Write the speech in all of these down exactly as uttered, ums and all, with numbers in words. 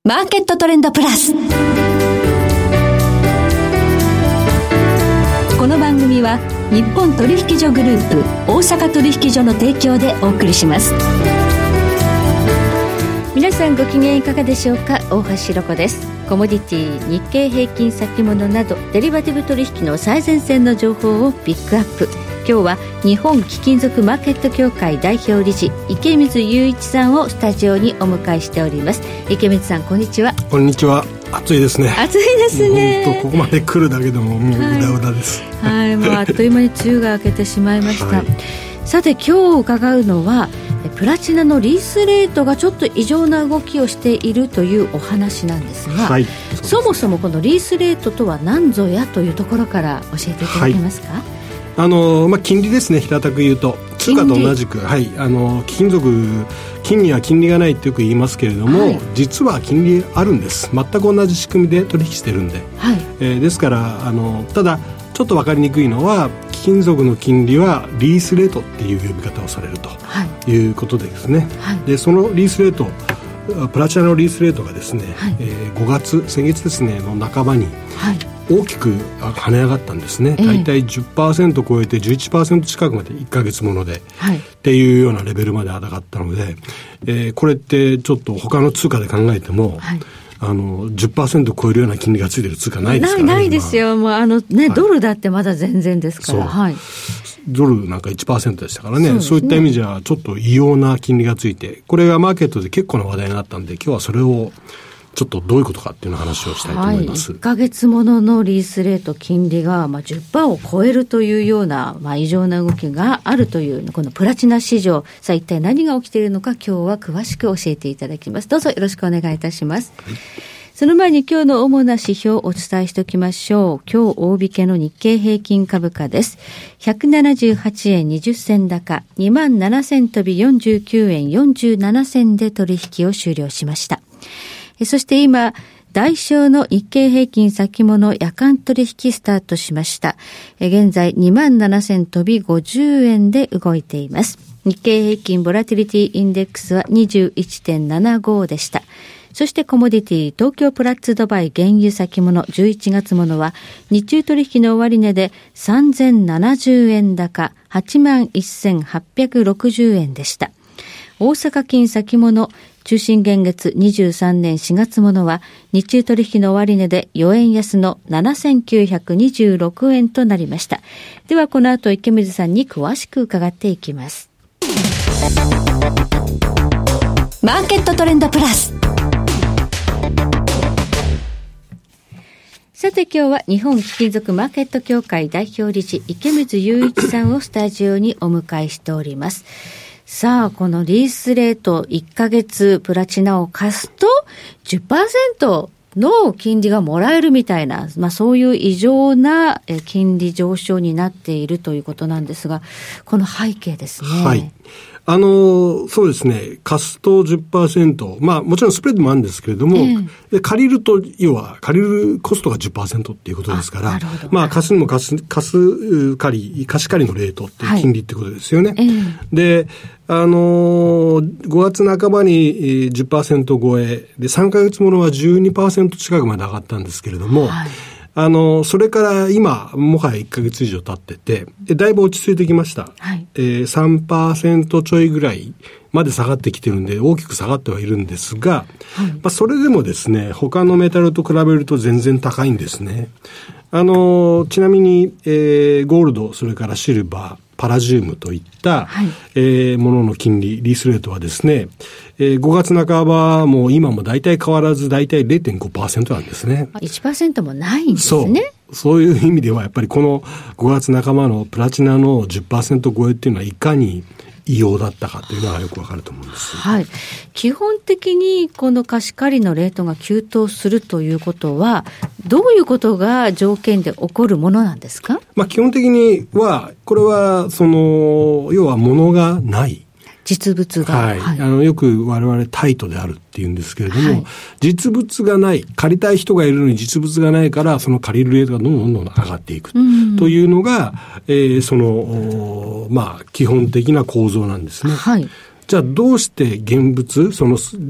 マーケットトレンドプラス。この番組は日本取引所グループ大阪取引所の提供でお送りします。 皆さんご機嫌いかがでしょうか。大橋ろ子です。コモディティ、日経平均先物などデリバティブ取引の最前線の情報をピックアップ。今日は日本貴金属マーケット協会代表理事池水雄一さんをスタジオにお迎えしております。池水さん、こんにちは。 こんにちは。暑いですね。 暑いですね。 本当ここまで来るだけでももううだうだです。 はい、はい、もうあっという間に梅雨が明けてしまいました、はい、さて今日伺うのはプラチナのリースレートがちょっと異常な動きをしているというお話なんですが、はい、そ, そもそもこのリースレートとは何ぞやというところから教えていただけますか。はい、 あのまあ、金利ですね。平たく言うと通貨と同じく、はい、あの貴金属金には金利がないってよく言いますけれども、はい、実は金利あるんです。全く同じ仕組みで取引してるんで、はい、えー、ですからあのただちょっと分かりにくいのは貴金属の金利はリースレートっていう呼び方をされるということでですね、はい、でそのリースレートプラチナのリースレートがですね、はい、えー、ごがつ先月ですねの半ばに、はい、大きく跳ね上がったんですね。だいたい じゅっパーセント 超えて じゅういちパーセント 近くまでいっかげつもので、はい、っていうようなレベルまで上がったので、えー、これってちょっと他の通貨で考えても、はい、あの じゅっパーセント 超えるような金利がついてる通貨ないですからね。 ない、ないですよ。もうあの、ね、はい、ドルだってまだ全然ですから、はい、 ドルなんか いちパーセント でしたからね。 そうですね。そういった意味じゃちょっと異様な金利がついて、これがマーケットで結構な話題になったんで、今日はそれをちょっとどういうことかっていうの話をしたいと思います。 はい、いっかげつもののリースレート金利がまあ じゅっパーセント を超えるというようなまあ異常な動きがあるというこのプラチナ市場、さあ一体何が起きているのか今日は詳しく教えていただきます。どうぞよろしくお願いいたします。はい、その前に今日の主な指標をお伝えしておきましょう。今日大引けの日経平均株価です。ひゃくななじゅうはちえんにじゅっせん高 にまんななせん飛びよんじゅうきゅうえんよんじゅうななせんで取引を終了しました。そして今代償の日経平均先物夜間取引スタートしました。現在 にまんななせん飛びごじゅうえんで動いています。日経平均ボラティリティインデックスは にじゅういってんななご でした。そしてコモディティ東京プラッツドバイ原油先物じゅういちがつものは日中取引の終値でさんぜんななじゅうえん高 はちまんせんはっぴゃくろくじゅうえんでした。大阪金先物中心現月にじゅうさんねんしがつものは日中取引の終値でよえん安のななせんきゅうひゃくにじゅうろくえんとなりました。ではこの後池水さんに詳しく伺っていきます。 マーケットトレンドプラス。 さて今日は日本貴金属マーケット協会代表理事池水雄一さんをスタジオにお迎えしております。さあこのリースレートいっかげつプラチナを貸すと じゅっパーセント の金利がもらえるみたいな、まあ、そういう異常な金利上昇になっているということなんですが、この背景ですね。 はい、あのそうですね。貸すと じゅっパーセント、まあもちろんスプレッドもあるんですけれども、ええ、借りると要は借りるコストが じゅっパーセント っていうことですから、まあ貸すにも貸す貸す借り貸し借りのレートっていう金利ってことですよね。はい、で、あのごがつなかばに じゅっパーセント 超えでさんかげつものは じゅうにパーセント 近くまで上がったんですけれども。はい、あの、それから今、もはやいっかげつ以上経ってて、でだいぶ落ち着いてきました。はい、えー、さんパーセント ちょいぐらいまで下がってきてるんで、大きく下がってはいるんですが、はい、まあ、それでもですね、他のメタルと比べると全然高いんですね。あの、ちなみに、えー、ゴールド、それからシルバー、パラジウムといった、はい、えー、ものの金利、リースレートはですね、えー、ごがつなかばも今も大体変わらず大体 れいてんごパーセント なんですね。 いちパーセント もないんですね。 そう。そういう意味ではやっぱりこのごがつなかばのプラチナの じゅっパーセント 超えっていうのはいかに異様だったかというのはよくわかると思うんです。 はい。基本的にこの貸し借りのレートが急騰するということはどういうことが条件で起こるものなんですか？ まあ基本的にはこれはその要は物がない実物が、 はいはい、あのよく我々タイトであるっていうんですけれども、はい、実物がない、借りたい人がいるのに実物がないからその借りるレートがどんどんどんどん上がっていくというのが、えー、そのまあ基本的な構造なんですね。はい、じゃあどうして現物その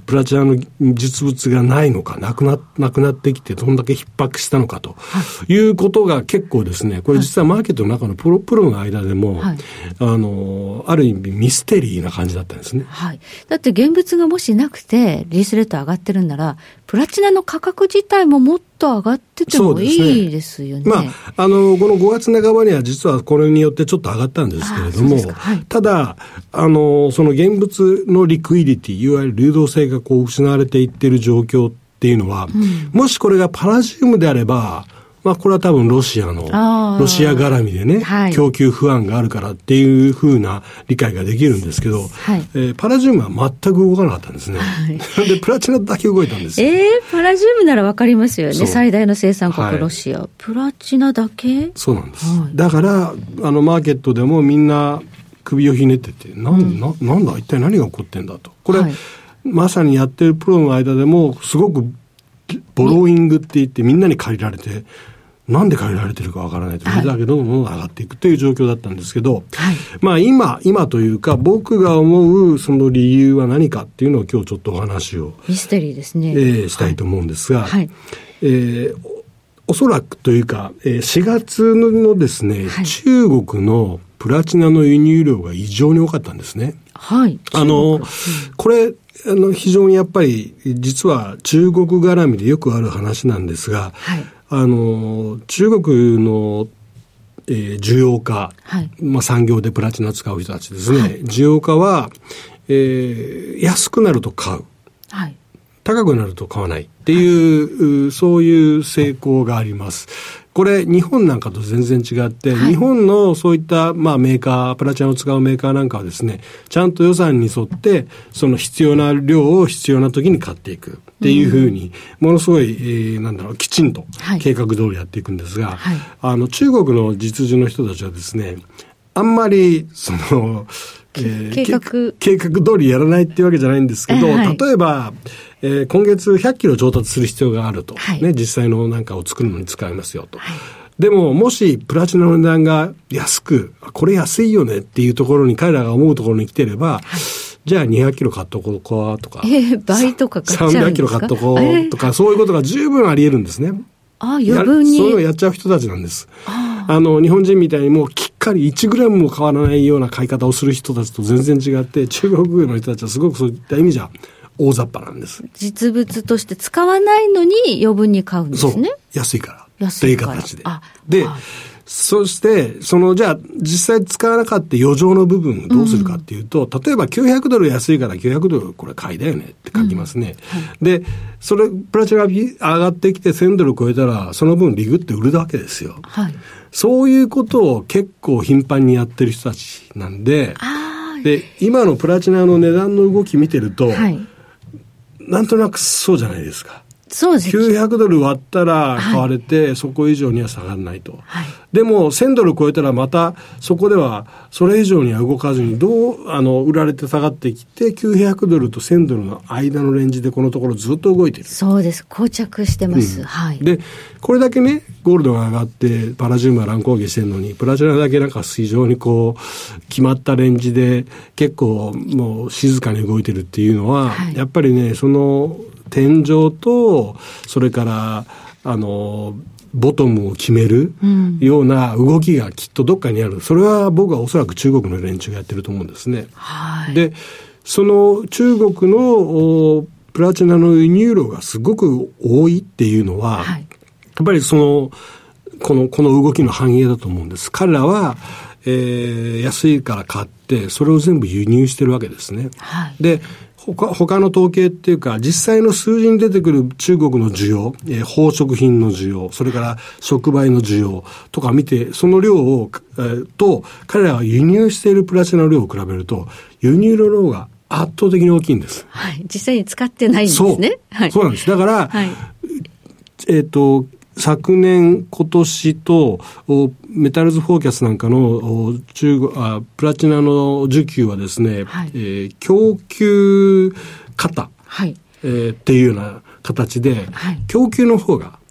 プラチナの実物がないのか、なくな、なくなってきてどんだけ逼迫したのかということが結構ですね、これ実はマーケットの中のプロ、プロの間でも、はい、あの、ある意味ミステリーな感じだったんですね。 はい。だって現物がもしなくてリースレート上がってるんなら、プラチナの価格自体ももっと上がっててもいいですよね。 まあ、あの、このごがつなかばには実はこれによってちょっと上がったんですけれども、はい、ただ、あの、その現物のリクイディティ、いわゆる流動性がこう失われていっている状況っていうのは、うん、もしこれがパラジウムであれば、まあこれは多分ロシアの、ロシア絡みでね、はい、供給不安があるからっていうふうな理解ができるんですけど、はい、えー、パラジウムは全く動かなかったんですね。はい、で、プラチナだけ動いたんですよ。 えー、パラジウムならわかりますよね。最大の生産国、はい、ロシア。プラチナだけ？ そうなんです。はい、だから、あの、マーケットでもみんな首をひねってて、なん、うん、な、なんだ、一体何が起こってんだと。これ、はい、まさにやってるプロの間でも、すごくボローイングって言ってみんなに借りられて、なんで借りられてるかわからないと、それだけどんどん上がっていくという状況だったんですけど、はい、まあ今、今というか僕が思うその理由は何かっていうのを今日ちょっとお話をミステリーですね、 えー、したいと思うんですが、はいはい、えー、おそらくというか、えー、しがつのですね、はい、中国のプラチナの輸入量が異常に多かったんですね。 はい。 あの、うん、これ、あの、非常にやっぱり実は中国絡みでよくある話なんですが、はい、あの中国の、えー、需要家、はい、まあ、産業でプラチナ使う人たちですね、はい、需要家は、えー、安くなると買う、はい、高くなると買わないっていう、はい、そういう傾向があります。これ日本なんかと全然違って、はい、日本のそういった、まあ、メーカー、プラチナを使うメーカーなんかはですね、ちゃんと予算に沿ってその必要な量を必要な時に買っていくっていうふうに、うん、ものすごい、えー、なんだろう、きちんと計画通りやっていくんですが、はい、あの中国の実需の人たちはですね、あんまりその、 えー、計画計画通りやらないっていうわけじゃないんですけど、はい、例えば、えー、今月ひゃっキロ調達する必要があると、はい、ね、実際のなんかを作るのに使いますよと、はい、でももしプラチナの値段が安く、これ安いよねっていうところに彼らが思うところに来てれば、はい、じゃあにひゃっキロ買っとこうかとか、 えー、倍とか買っちゃうんですか、さんびゃっキロ買っとこうとか、えー、そういうことが十分あり得るんですね。 ああ、余分にそういうのをやっちゃう人たちなんです。ああの日本人みたいにもうきっかりいちグラムも変わらないような買い方をする人たちと全然違って、中国の人たちはすごくそういった意味じゃ大雑把なんです。 実物として使わないのに余分に買うんですね。 そう、安いから安いからという形で。で、はい、そしてそのじゃあ実際使わなかった余剰の部分どうするかっていうと、うん、例えばきゅうひゃくドル安いからきゅうひゃくドルこれ買いだよねって書きますね、うんはい、でそれプラチナが上がってきてせんドル超えたらその分リグって売るわけですよ、はい、そういうことを結構頻繁にやってる人たちなんで、あで今のプラチナの値段の動き見てると、はい、なんとなくそうじゃないですか。 そうです。 きゅうひゃくドル割ったら買われて、はい、そこ以上には下がらないと、はい、でもせんドル超えたらまたそこではそれ以上には動かずにどうあの売られて下がってきてきゅうひゃくドルとせんドルの間のレンジでこのところずっと動いてる。 そうです。膠着してます、うん、はい。 でこれだけねゴールドが上がってパラジウムが乱高下してるのにプラチナだけなんか非常にこう決まったレンジで結構もう静かに動いてるっていうのは、はい、やっぱりねその天井とそれからあのボトムを決めるような動きがきっとどっかにある、うん、それは僕はおそらく中国の連中がやってると思うんですね、はい、でその中国のプラチナの輸入量がすごく多いっていうのは、はい、やっぱりそのこのこの動きの反映だと思うんです。彼らは、えー、安いから買ってそれを全部輸入してるわけですね、はい、で他, 他の統計っていうか実際の数字に出てくる中国の需要、えー、宝飾品の需要、それから触媒の需要とか見てその量を、えー、と彼らが輸入しているプラチナの量を比べると輸入の量が圧倒的に大きいんです、 はい、実際に使ってないんですね。 そう、 はい、 そうなんです。だから、はい、えっ、ー、と昨年今年とメタルズフォーキャスなんかの中国あプラチナの需給はですね、はい、えー、供給過多、はい、えー、っていうような形で、はい、供給の方が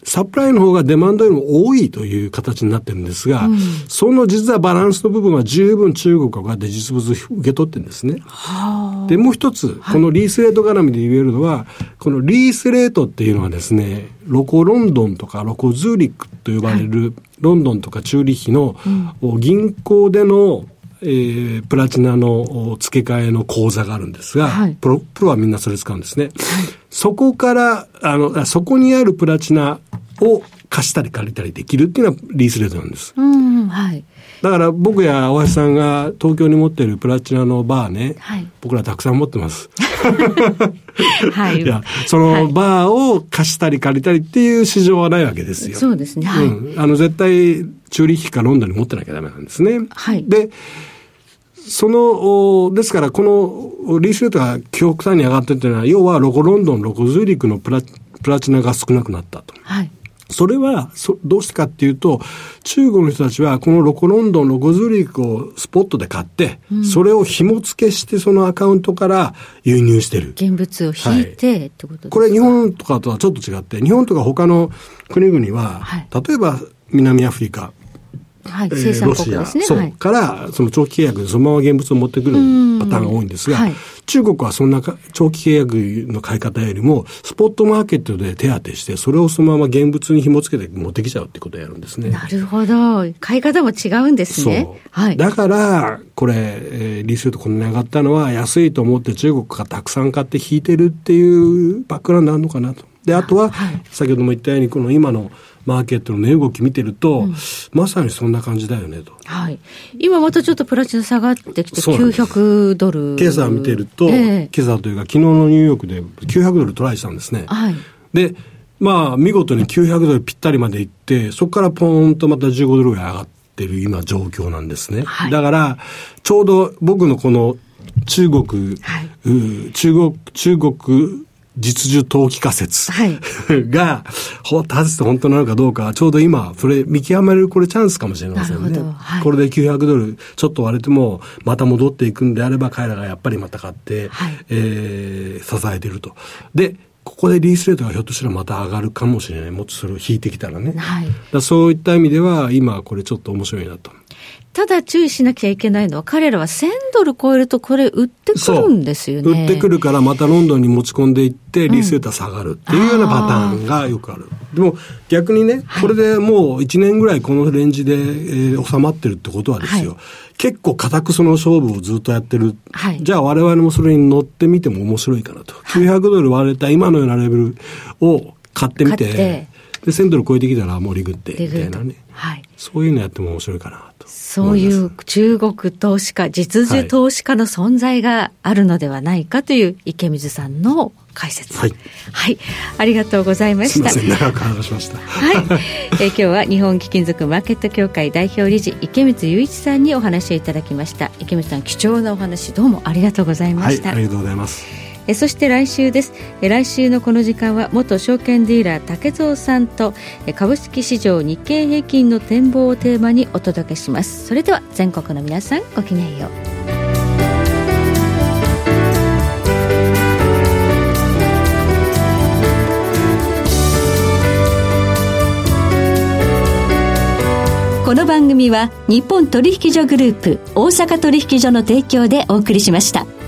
サプライの方がデマンドよりも多いという形になってるんですが、うん、その実はバランスの部分は十分中国が実物受け取ってるんですね。で、もう一つ、このリースレート絡みで言えるのは、このリースレートっていうのはですね、ロコロンドンとかロコズーリックと呼ばれる、はい、ロンドンとかチューリッヒの、うん、銀行でのえー、プラチナの付け替えの口座があるんですが、はい、プロ、プロはみんなそれ使うんですね。はい、そこから、あの、そこにあるプラチナを貸したり借りたりできるっていうのはリースレートなんです。 うんはい、 だから僕や大橋さんが東京に持っているプラチナのバーね、はい、僕らたくさん持ってます。はい、いや、そのバーを貸したり借りたりっていう市場はないわけですよ。 そうですね。はい、 うん、あの絶対チューリッヒかロンドンに持ってなきゃダメなんですね。 はい、 で、その、ですからこのリースレートが極端に上がってるというのは、要はロコロンドン、ロコズーリックのプラ、プラチナが少なくなったと。 はい。 それはそ、どうしてかっていうと、中国の人たちはこのロコロンドン、ロコズーリックをスポットで買って、うん、それを紐付けしてそのアカウントから輸入してる。 現物を引いて、はい、ってことですか？ これ日本とかとはちょっと違って、日本とか他の国々は、はい、例えば南アフリカ、 はい、生産国ですね。 そう、はい、からその長期契約でそのまま現物を持ってくるパターンが多いんですが、はい、中国はそんな長期契約の買い方よりもスポットマーケットで手当てしてそれをそのまま現物に紐付けて持ってきちゃうってことをやるんですね。 なるほど。買い方も違うんですね。 そう、はい、だからこれ、えー、リースレートこんなに上がったのは安いと思って中国がたくさん買って引いてるっていうバックグラウンドあるのかなと。で、あとは、はい、先ほども言ったようにこの今のマーケットの値動き見てると、うん、まさにそんな感じだよねと。 はい。今またちょっとプラチナ下がってきてきゅうひゃくドル。 今朝見てると、えー、今朝というか昨日のニューヨークできゅうひゃくドルトライしたんですね。 はい。 で、まあ見事にきゅうひゃくドルぴったりまで行って、そこからポーンとまたじゅうごドルぐらい上がってる今状況なんですね。はい、だからちょうど僕のこの中国、はい、中国中国実需投機仮説、はい、が果たして本当なのかどうかちょうど今それ見極めるこれチャンスかもしれませんね。はい、これできゅうひゃくドルちょっと割れてもまた戻っていくんであれば彼らがやっぱりまた買って、はい、えー、支えてると。でここでリースレートがひょっとしたらまた上がるかもしれない。もっとそれを引いてきたらね。はい、だそういった意味では今これちょっと面白いなと。 ただ注意しなきゃいけないのは彼らはせんドル超えるとこれ売ってくるんですよね。 売ってくるからまたロンドンに持ち込んでいってリースレートが下がるっていうようなパターンがよくある。うん、でも逆にね、これでもういちねんぐらいこのレンジで、えー、収まってるってことはですよ、はい、結構固くその勝負をずっとやってる、はい、じゃあ我々もそれに乗ってみても面白いかなと、はい、きゅうひゃくドル割れた今のようなレベルを買ってみてでせんドル超えてきたらもうリグってみたいなね、はい、そういうのやっても面白いかなと。 そういう中国投資家、実需投資家の存在があるのではないかという池水さんの解説。はい。はい。ありがとうございました。 すみません、長く話しました。 はい。えー、今日は日本貴金属マーケット協会代表理事池水雄一さんにお話をいただきました。池水さん、貴重なお話どうもありがとうございました。 はい、ありがとうございます。 えそして来週です。え来週のこの時間は元証券ディーラー竹蔵さんとえ株式市場日経平均の展望をテーマにお届けします。それでは全国の皆さんごきげんよう。 この番組は日本取引所グループ大阪取引所の提供でお送りしました。